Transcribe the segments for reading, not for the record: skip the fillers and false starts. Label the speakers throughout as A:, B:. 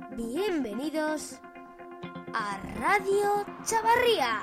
A: Bienvenidos a Radio Chavarría,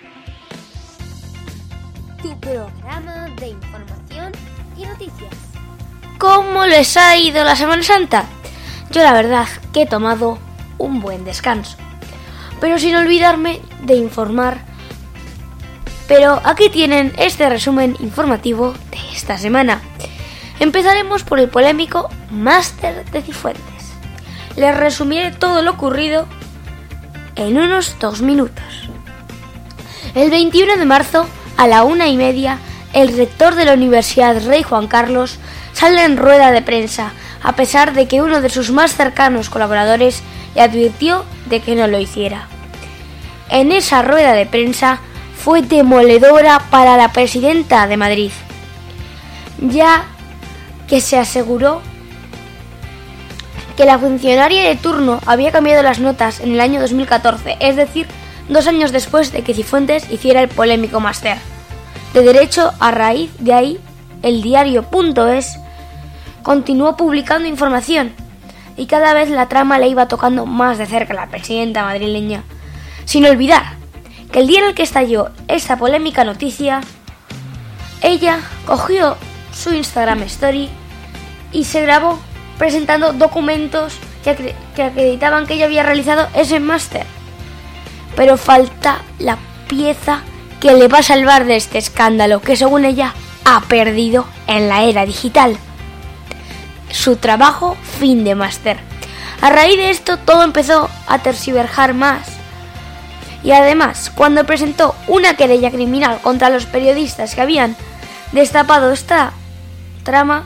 A: tu programa de información y noticias.
B: ¿Cómo les ha ido la Semana Santa? Yo la verdad que he tomado un buen descanso, pero sin olvidarme de informar. Pero aquí tienen este resumen informativo de esta semana. Empezaremos por el polémico Máster de Cifuentes. Les resumiré todo lo ocurrido en unos 2 minutos. El 21 de marzo, a la 1:30, el rector de la Universidad Rey Juan Carlos sale en rueda de prensa, a pesar de que uno de sus más cercanos colaboradores le advirtió de que no lo hiciera. En esa rueda de prensa fue demoledora para la presidenta de Madrid, ya que se aseguró que la funcionaria de turno había cambiado las notas en el año 2014, es decir, 2 años después de que Cifuentes hiciera el polémico máster de Derecho. A raíz de ahí, el diario.es continuó publicando información y cada vez la trama le iba tocando más de cerca a la presidenta madrileña, sin olvidar que el día en el que estalló esta polémica noticia, ella cogió su Instagram Story y se grabó presentando documentos que acreditaban que ella había realizado ese máster. Pero falta la pieza que le va a salvar de este escándalo, que según ella ha perdido en la era digital: su trabajo fin de máster. A raíz de esto todo empezó a tergiversar más. Y además, cuando presentó una querella criminal contra los periodistas que habían destapado esta trama,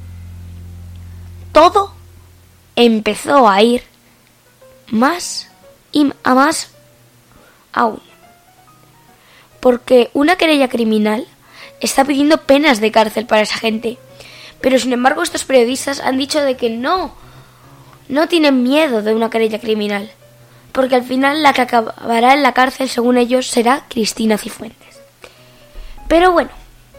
B: todo empezó a ir más y a más aún. Porque una querella criminal está pidiendo penas de cárcel para esa gente. Pero sin embargo estos periodistas han dicho de que no tienen miedo de una querella criminal. Porque al final la que acabará en la cárcel, según ellos, será Cristina Cifuentes. Pero bueno,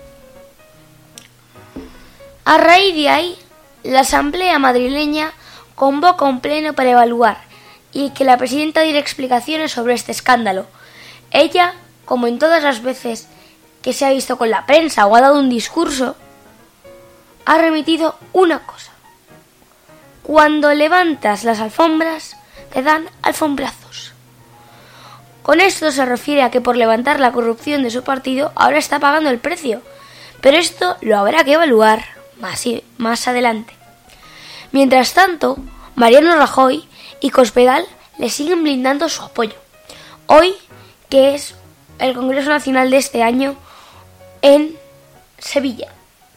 B: a raíz de ahí, la Asamblea madrileña convoca un pleno para evaluar y que la presidenta diera explicaciones sobre este escándalo. Ella, como en todas las veces que se ha visto con la prensa o ha dado un discurso, ha remitido una cosa: cuando levantas las alfombras, te dan alfombrazos. Con esto se refiere a que por levantar la corrupción de su partido ahora está pagando el precio, pero esto lo habrá que evaluar más adelante. Mientras tanto, Mariano Rajoy y Cospedal le siguen blindando su apoyo. Hoy, que es el Congreso Nacional de este año en Sevilla.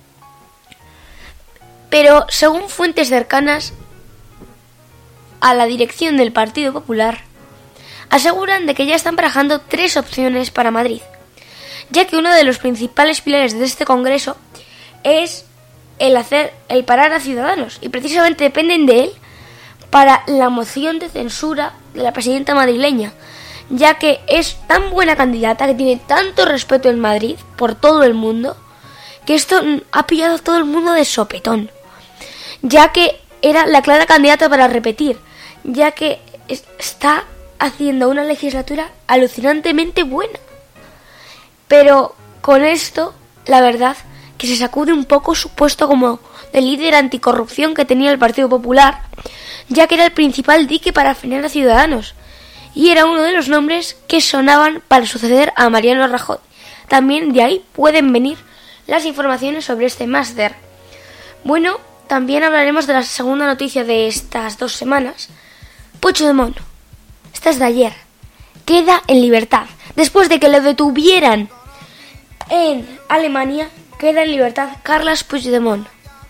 B: Pero según fuentes cercanas a la dirección del Partido Popular, aseguran de que ya están barajando 3 opciones para Madrid, ya que uno de los principales pilares de este Congreso es el parar a Ciudadanos, y precisamente dependen de él para la moción de censura de la presidenta madrileña, ya que es tan buena candidata, que tiene tanto respeto en Madrid por todo el mundo, que esto ha pillado a todo el mundo de sopetón, ya que era la clara candidata para repetir, ya que está haciendo una legislatura alucinantemente buena. Pero con esto, la verdad, que se sacude un poco su puesto como de líder anticorrupción que tenía el Partido Popular, ya que era el principal dique para frenar a Ciudadanos, y era uno de los nombres que sonaban para suceder a Mariano Rajoy. También de ahí pueden venir las informaciones sobre este máster. Bueno, también hablaremos de la segunda noticia de estas 2 semanas. Puigdemont, esta es de ayer, queda en libertad. Después de que lo detuvieran en Alemania, queda en libertad Carles Puigdemont.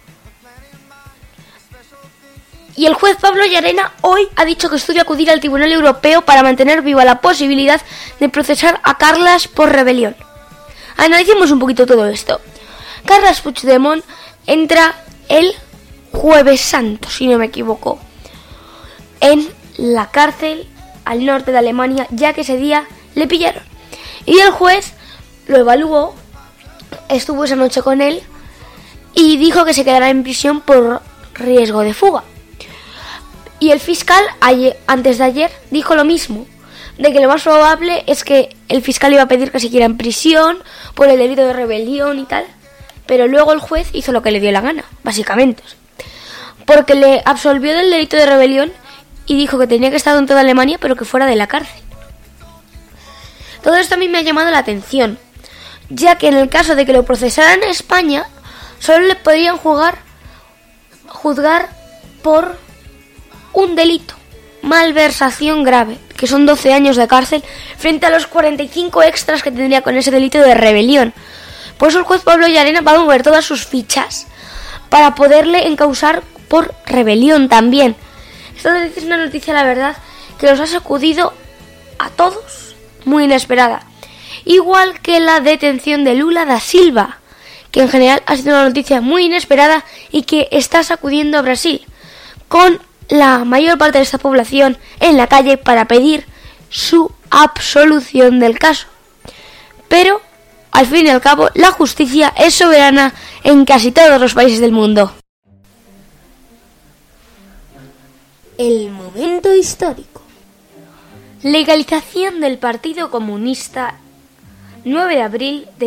B: Y el juez Pablo Llarena hoy ha dicho que estudia acudir al Tribunal Europeo para mantener viva la posibilidad de procesar a Carles por rebelión. Analicemos un poquito todo esto. Carles Puigdemont entra el Jueves Santo, si no me equivoco, en la cárcel al norte de Alemania, ya que ese día le pillaron. Y el juez lo evaluó, estuvo esa noche con él y dijo que se quedará en prisión por riesgo de fuga. Y el fiscal antes de ayer dijo lo mismo, de que lo más probable es que el fiscal iba a pedir que siguiera en prisión por el delito de rebelión y tal, pero luego el juez hizo lo que le dio la gana, básicamente, porque le absolvió del delito de rebelión y dijo que tenía que estar en toda Alemania, pero que fuera de la cárcel. Todo esto a mí me ha llamado la atención, ya que en el caso de que lo procesaran en España, solo le podrían juzgar por un delito, malversación grave, que son 12 años de cárcel, frente a los 45 extras que tendría con ese delito de rebelión. Por eso el juez Pablo Llarena va a mover todas sus fichas para poderle encausar por rebelión también. Esta es una noticia, la verdad, que los ha sacudido a todos, muy inesperada. Igual que la detención de Lula da Silva, que en general ha sido una noticia muy inesperada y que está sacudiendo a Brasil, con la mayor parte de esta población en la calle para pedir su absolución del caso. Pero, al fin y al cabo, la justicia es soberana en casi todos los países del mundo.
A: El momento histórico.
B: Legalización del Partido Comunista, 9 de abril de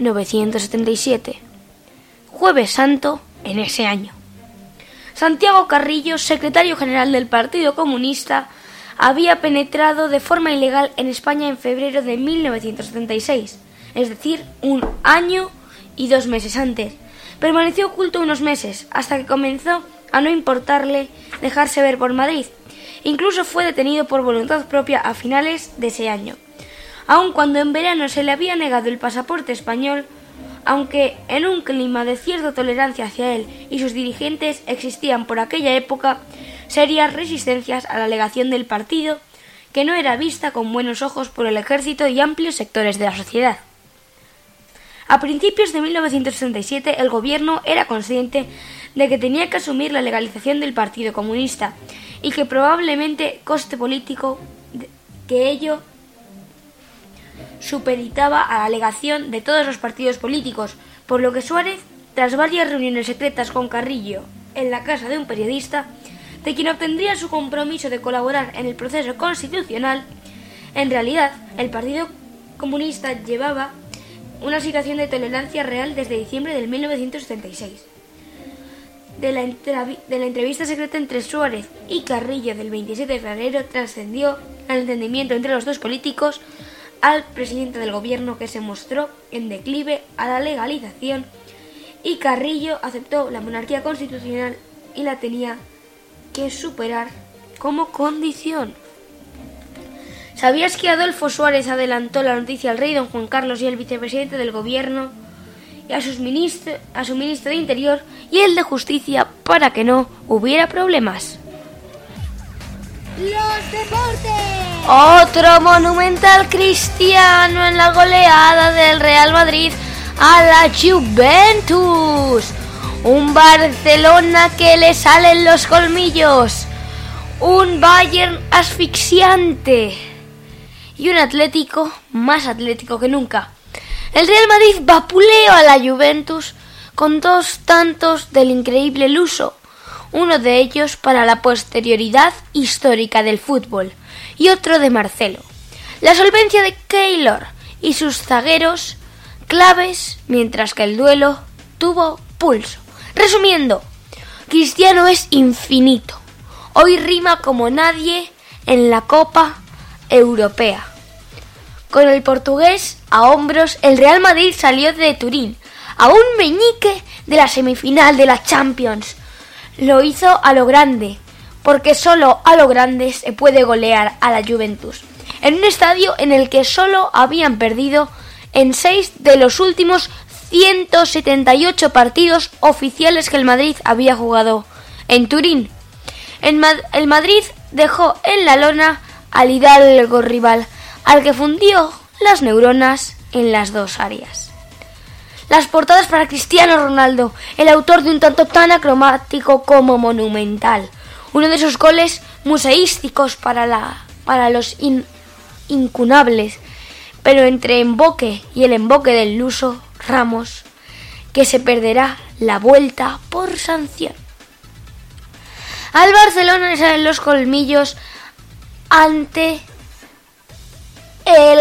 B: 1977. Jueves Santo en ese año. Santiago Carrillo, secretario general del Partido Comunista, había penetrado de forma ilegal en España en febrero de 1976, es decir, 1 año y 2 meses antes. Permaneció oculto unos meses, hasta que comenzó a no importarle dejarse ver por Madrid. Incluso fue detenido por voluntad propia a finales de ese año. Aun cuando en verano se le había negado el pasaporte español, aunque en un clima de cierta tolerancia hacia él y sus dirigentes existían por aquella época serias resistencias a la alegación del partido, que no era vista con buenos ojos por el ejército y amplios sectores de la sociedad. A principios de 1967 el gobierno era consciente de que tenía que asumir la legalización del Partido Comunista y que probablemente coste político que ello supeditaba a la alegación de todos los partidos políticos, por lo que Suárez, tras varias reuniones secretas con Carrillo en la casa de un periodista, de quien obtendría su compromiso de colaborar en el proceso constitucional, en realidad el Partido Comunista llevaba una situación de tolerancia real desde diciembre de 1976. De la entrevista secreta entre Suárez y Carrillo del 27 de febrero trascendió al entendimiento entre los dos políticos al presidente del gobierno, que se mostró en declive a la legalización, y Carrillo aceptó la monarquía constitucional y la tenía que superar como condición. ¿Sabías que Adolfo Suárez adelantó la noticia al rey don Juan Carlos y al vicepresidente del gobierno y a su ministro de Interior y el de Justicia para que no hubiera problemas?
A: ¡Los deportes!
B: Otro monumental cristiano en la goleada del Real Madrid a la Juventus. Un Barcelona que le salen los colmillos. Un Bayern asfixiante. Y un Atlético más atlético que nunca. El Real Madrid vapuleó a la Juventus con 2 tantos del increíble Luso, uno de ellos para la posterioridad histórica del fútbol y otro de Marcelo. La solvencia de Keylor y sus zagueros claves, mientras que el duelo tuvo pulso. Resumiendo, Cristiano es infinito. Hoy rima como nadie en la Copa Europea. Con el portugués a hombros, el Real Madrid salió de Turín a un meñique de la semifinal de la Champions. Lo hizo a lo grande, porque solo a lo grande se puede golear a la Juventus, en un estadio en el que solo habían perdido en 6 de los últimos 178 partidos oficiales que el Madrid había jugado en Turín. El Madrid dejó en la lona al hidalgo rival, al que fundió las neuronas en las dos áreas. Las portadas para Cristiano Ronaldo, el autor de un tanto tan acromático como monumental. Uno de esos goles museísticos para los incunables, pero entre emboque y el emboque del Luso Ramos, que se perderá la vuelta por sanción. Al Barcelona le salen los colmillos ante el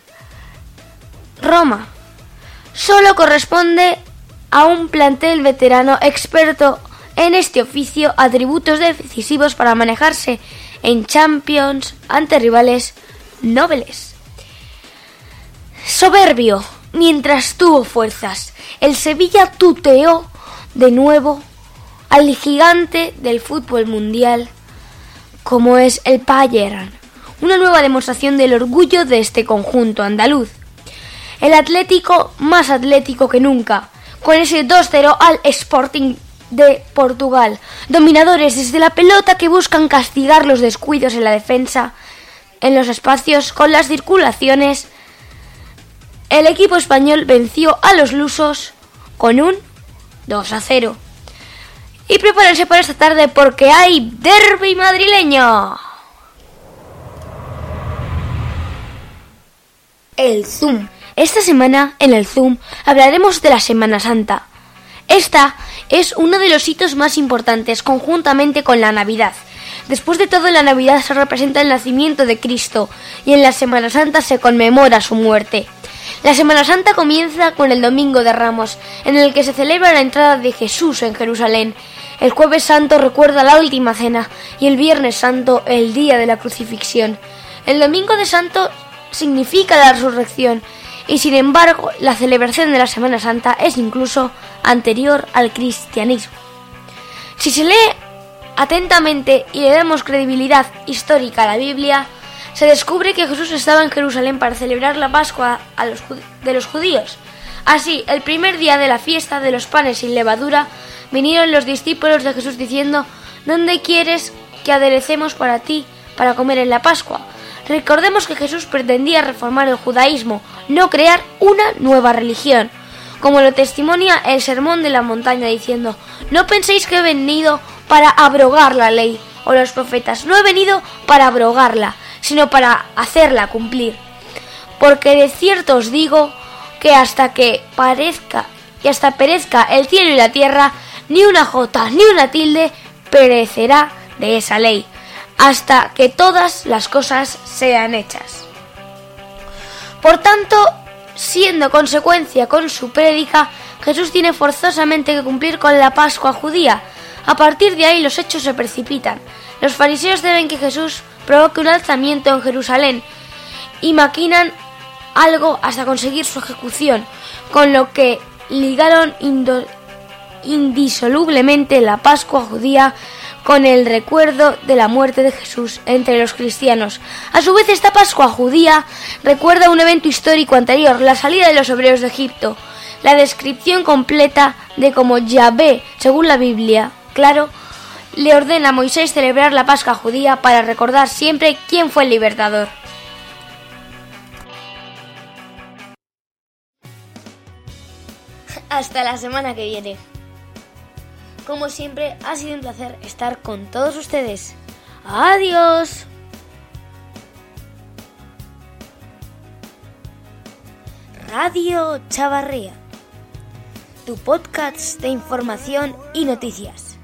B: Roma. Solo corresponde a un plantel veterano experto en este oficio atributos decisivos para manejarse en Champions ante rivales nobles. Soberbio, mientras tuvo fuerzas, el Sevilla tuteó de nuevo al gigante del fútbol mundial como es el Bayern, una nueva demostración del orgullo de este conjunto andaluz. El Atlético más atlético que nunca, con ese 2-0 al Sporting de Portugal, dominadores desde la pelota que buscan castigar los descuidos en la defensa, en los espacios con las circulaciones. El equipo español venció a los lusos con un 2-0. Y prepárense para esta tarde porque hay derbi madrileño. El Zoom. Esta semana en el Zoom hablaremos de la Semana Santa. Esta es uno de los hitos más importantes conjuntamente con la Navidad. Después de todo, en la Navidad se representa el nacimiento de Cristo y en la Semana Santa se conmemora su muerte. La Semana Santa comienza con el Domingo de Ramos, en el que se celebra la entrada de Jesús en Jerusalén. El Jueves Santo recuerda la Última Cena y el Viernes Santo el día de la crucifixión. El Domingo de Santo significa la resurrección y, sin embargo, la celebración de la Semana Santa es incluso anterior al cristianismo. Si se lee atentamente y le damos credibilidad histórica a la Biblia, se descubre que Jesús estaba en Jerusalén para celebrar la Pascua de los judíos. Así, el primer día de la fiesta de los panes sin levadura, vinieron los discípulos de Jesús diciendo: ¿Dónde quieres que aderecemos para ti para comer en la Pascua? Recordemos que Jesús pretendía reformar el judaísmo, no crear una nueva religión, como lo testimonia el Sermón de la Montaña diciendo: no penséis que he venido para abrogar la ley o los profetas, no he venido para abrogarla, sino para hacerla cumplir. Porque de cierto os digo que hasta perezca el cielo y la tierra, ni una jota ni una tilde perecerá de esa ley, hasta que todas las cosas sean hechas. Por tanto, siendo consecuencia con su prédica, Jesús tiene forzosamente que cumplir con la Pascua judía. A partir de ahí los hechos se precipitan. Los fariseos deben que Jesús provoque un alzamiento en Jerusalén y maquinan algo hasta conseguir su ejecución, con lo que ligaron indisolublemente la Pascua judía con el recuerdo de la muerte de Jesús entre los cristianos. A su vez, esta Pascua judía recuerda un evento histórico anterior, la salida de los hebreos de Egipto, la descripción completa de cómo Yahvé, según la Biblia, claro, le ordena a Moisés celebrar la Pascua judía para recordar siempre quién fue el libertador. Hasta la semana que viene. Como siempre, ha sido un placer estar con todos ustedes. ¡Adiós! Radio Chavarría, tu podcast de información y noticias.